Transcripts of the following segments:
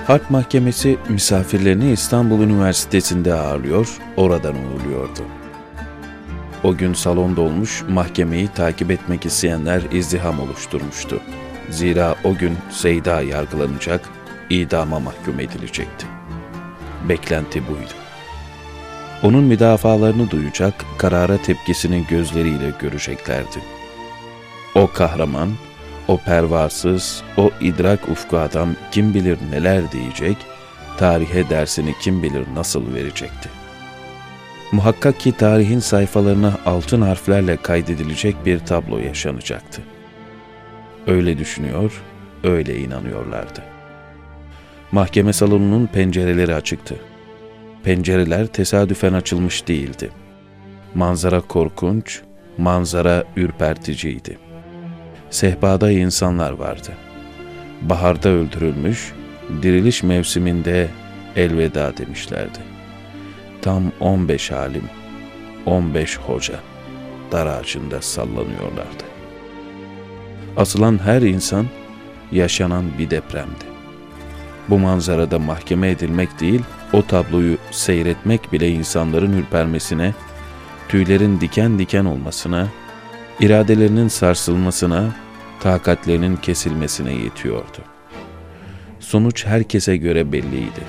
Harp Mahkemesi misafirlerini İstanbul Üniversitesi'nde ağırlıyor, oradan uğurluyordu. O gün salon dolmuş, mahkemeyi takip etmek isteyenler izdiham oluşturmuştu. Zira o gün Seyda yargılanacak, idama mahkum edilecekti. Beklenti buydu. Onun müdafalarını duyacak, karara tepkisini gözleriyle göreceklerdi. O kahraman, o pervasız, o idrak ufku adam kim bilir neler diyecek, tarihe dersini kim bilir nasıl verecekti. Muhakkak ki tarihin sayfalarına altın harflerle kaydedilecek bir tablo yaşanacaktı. Öyle düşünüyor, öyle inanıyorlardı. Mahkeme salonunun pencereleri açıktı. Pencereler tesadüfen açılmış değildi. Manzara korkunç, manzara ürperticiydi. Sehpada insanlar vardı. Baharda öldürülmüş, diriliş mevsiminde elveda demişlerdi. Tam 15 alim, 15 hoca dar ağacında sallanıyorlardı. Asılan her insan yaşanan bir depremdi. Bu manzarada mahkeme edilmek değil, o tabloyu seyretmek bile insanların ürpermesine, tüylerin diken diken olmasına, iradelerinin sarsılmasına, takatlerinin kesilmesine yetiyordu. Sonuç herkese göre belliydi.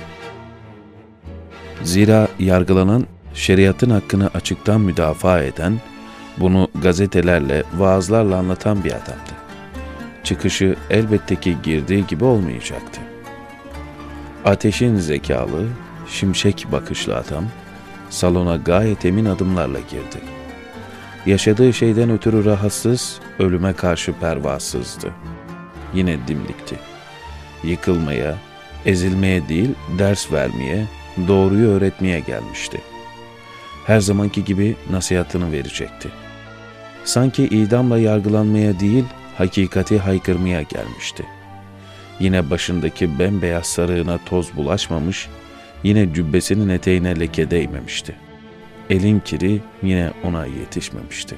Zira yargılanan, şeriatın hakkını açıktan müdafaa eden, bunu gazetelerle, vaazlarla anlatan bir adamdı. Çıkışı elbette ki girdiği gibi olmayacaktı. Ateşin zekalı, şimşek bakışlı adam, salona gayet emin adımlarla girdi. Yaşadığı şeyden ötürü rahatsız, ölüme karşı pervasızdı. Yine dimdikti. Yıkılmaya, ezilmeye değil, ders vermeye, doğruyu öğretmeye gelmişti. Her zamanki gibi nasihatını verecekti. Sanki idamla yargılanmaya değil, hakikati haykırmaya gelmişti. Yine başındaki bembeyaz sarığına toz bulaşmamış, yine cübbesinin eteğine leke değmemişti. Elin kiri yine ona yetişmemişti.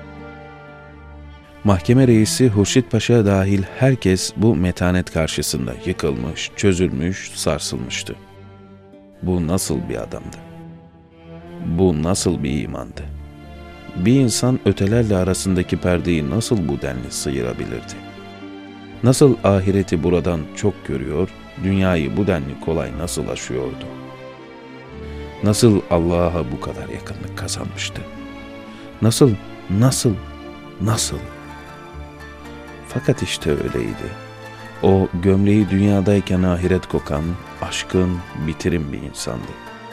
Mahkeme reisi Hurşit Paşa dahil herkes bu metanet karşısında yıkılmış, çözülmüş, sarsılmıştı. Bu nasıl bir adamdı? Bu nasıl bir imandı? Bir insan ötelerle arasındaki perdeyi nasıl bu denli sıyırabilirdi? Nasıl ahireti buradan çok görüyor, dünyayı bu denli kolay nasıl aşıyordu? Nasıl Allah'a bu kadar yakınlık kazanmıştı? Nasıl? Fakat işte öyleydi. O gömleği dünyadayken ahiret kokan, aşkın, bitirin bir insandı.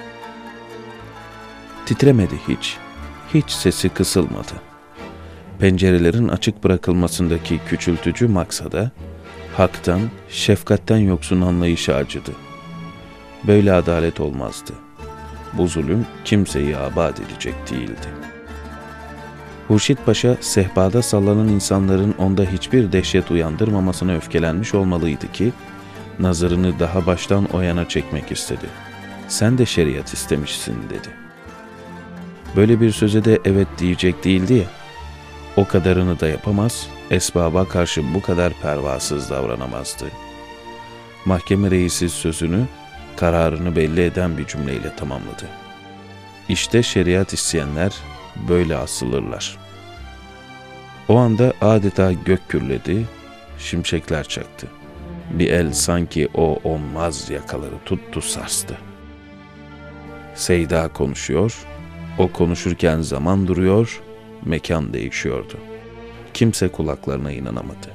Titremedi hiç sesi kısılmadı. Pencerelerin açık bırakılmasındaki küçültücü maksada, haktan, şefkatten yoksun anlayışı acıdı. Böyle adalet olmazdı. Bu zulüm kimseyi abad edecek değildi. Hurşit Paşa, sehpada sallanan insanların onda hiçbir dehşet uyandırmamasına öfkelenmiş olmalıydı ki, nazarını daha baştan o yana çekmek istedi. Sen de şeriat istemişsin dedi. Böyle bir söze de evet diyecek değildi ya, o kadarını da yapamaz, esbaba karşı bu kadar pervasız davranamazdı. Mahkeme reisi sözünü, kararını belli eden bir cümleyle tamamladı. İşte şeriat isteyenler böyle asılırlar. O anda adeta gök gürledi, şimşekler çaktı. Bir el sanki o olmaz yakaları tuttu sarstı. Seyda konuşuyor, o konuşurken zaman duruyor, mekan değişiyordu. Kimse kulaklarına inanamadı.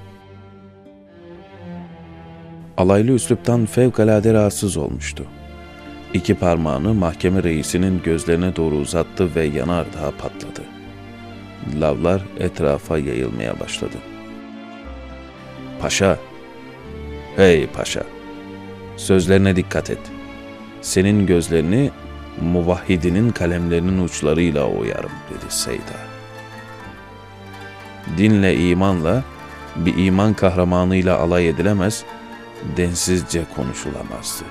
Alaylı üsluptan fevkalade rahatsız olmuştu. İki parmağını mahkeme reisinin gözlerine doğru uzattı ve yanardağ patladı. Lavlar etrafa yayılmaya başladı. Paşa, hey paşa, sözlerine dikkat et. Senin gözlerini muvahhidinin kalemlerinin uçlarıyla oyarım dedi Seyda. Dinle imanla, bir iman kahramanıyla alay edilemez, densizce konuşulamazdı.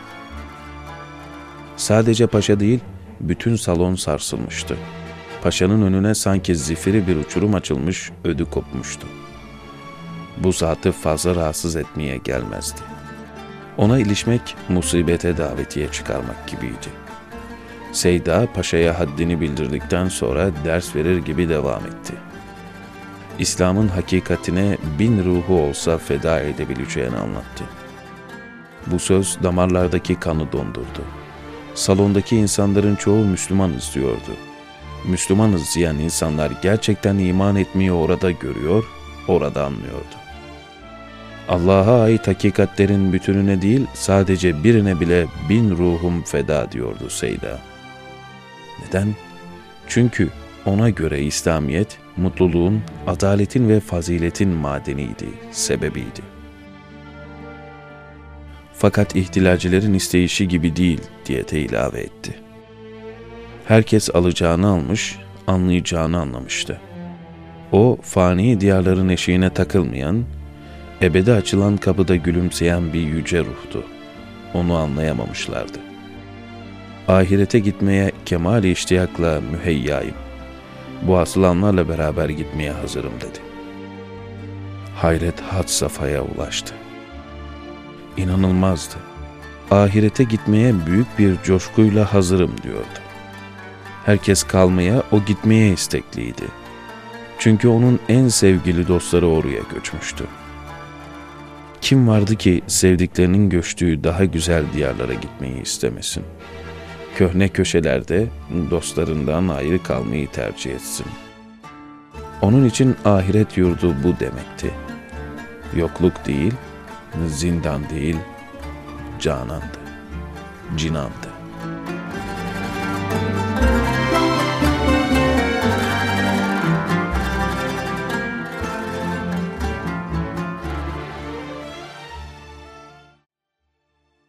Sadece paşa değil, bütün salon sarsılmıştı. Paşanın önüne sanki zifiri bir uçurum açılmış, ödü kopmuştu. Bu zatı fazla rahatsız etmeye gelmezdi. Ona ilişmek musibete davetiye çıkarmak gibiydi. Seyda Paşa'ya haddini bildirdikten sonra ders verir gibi devam etti. İslam'ın hakikatine 1000 ruhu olsa feda edebileceğini anlattı. Bu söz damarlardaki kanı dondurdu. Salondaki insanların çoğu Müslümanız diyordu. Müslümanız diyen insanlar gerçekten iman etmeyi orada görüyor, orada anlıyordu. Allah'a ait hakikatlerin bütününe değil, sadece birine bile 1000 ruhum feda diyordu Seyda. Neden? Çünkü ona göre İslamiyet, mutluluğun, adaletin ve faziletin madeniydi, sebebiydi. Fakat ihtilalcilerin isteyişi gibi değil diye de ilave etti. Herkes alacağını almış, anlayacağını anlamıştı. O, fani diyarların eşiğine takılmayan, ebede açılan kapıda gülümseyen bir yüce ruhtu. Onu anlayamamışlardı. Ahirete gitmeye kemal-i iştiyakla müheyyayım. Bu asılanlarla beraber gitmeye hazırım dedi. Hayret had safhaya ulaştı. İnanılmazdı. Ahirete gitmeye büyük bir coşkuyla hazırım diyordu. Herkes kalmaya, o gitmeye istekliydi. Çünkü onun en sevgili dostları oraya göçmüştü. Kim vardı ki sevdiklerinin göçtüğü daha güzel diyarlara gitmeyi istemesin? Köhne köşelerde dostlarından ayrı kalmayı tercih etsin. Onun için ahiret yurdu bu demekti. Yokluk değil, zindan değil, canandı, cinandı.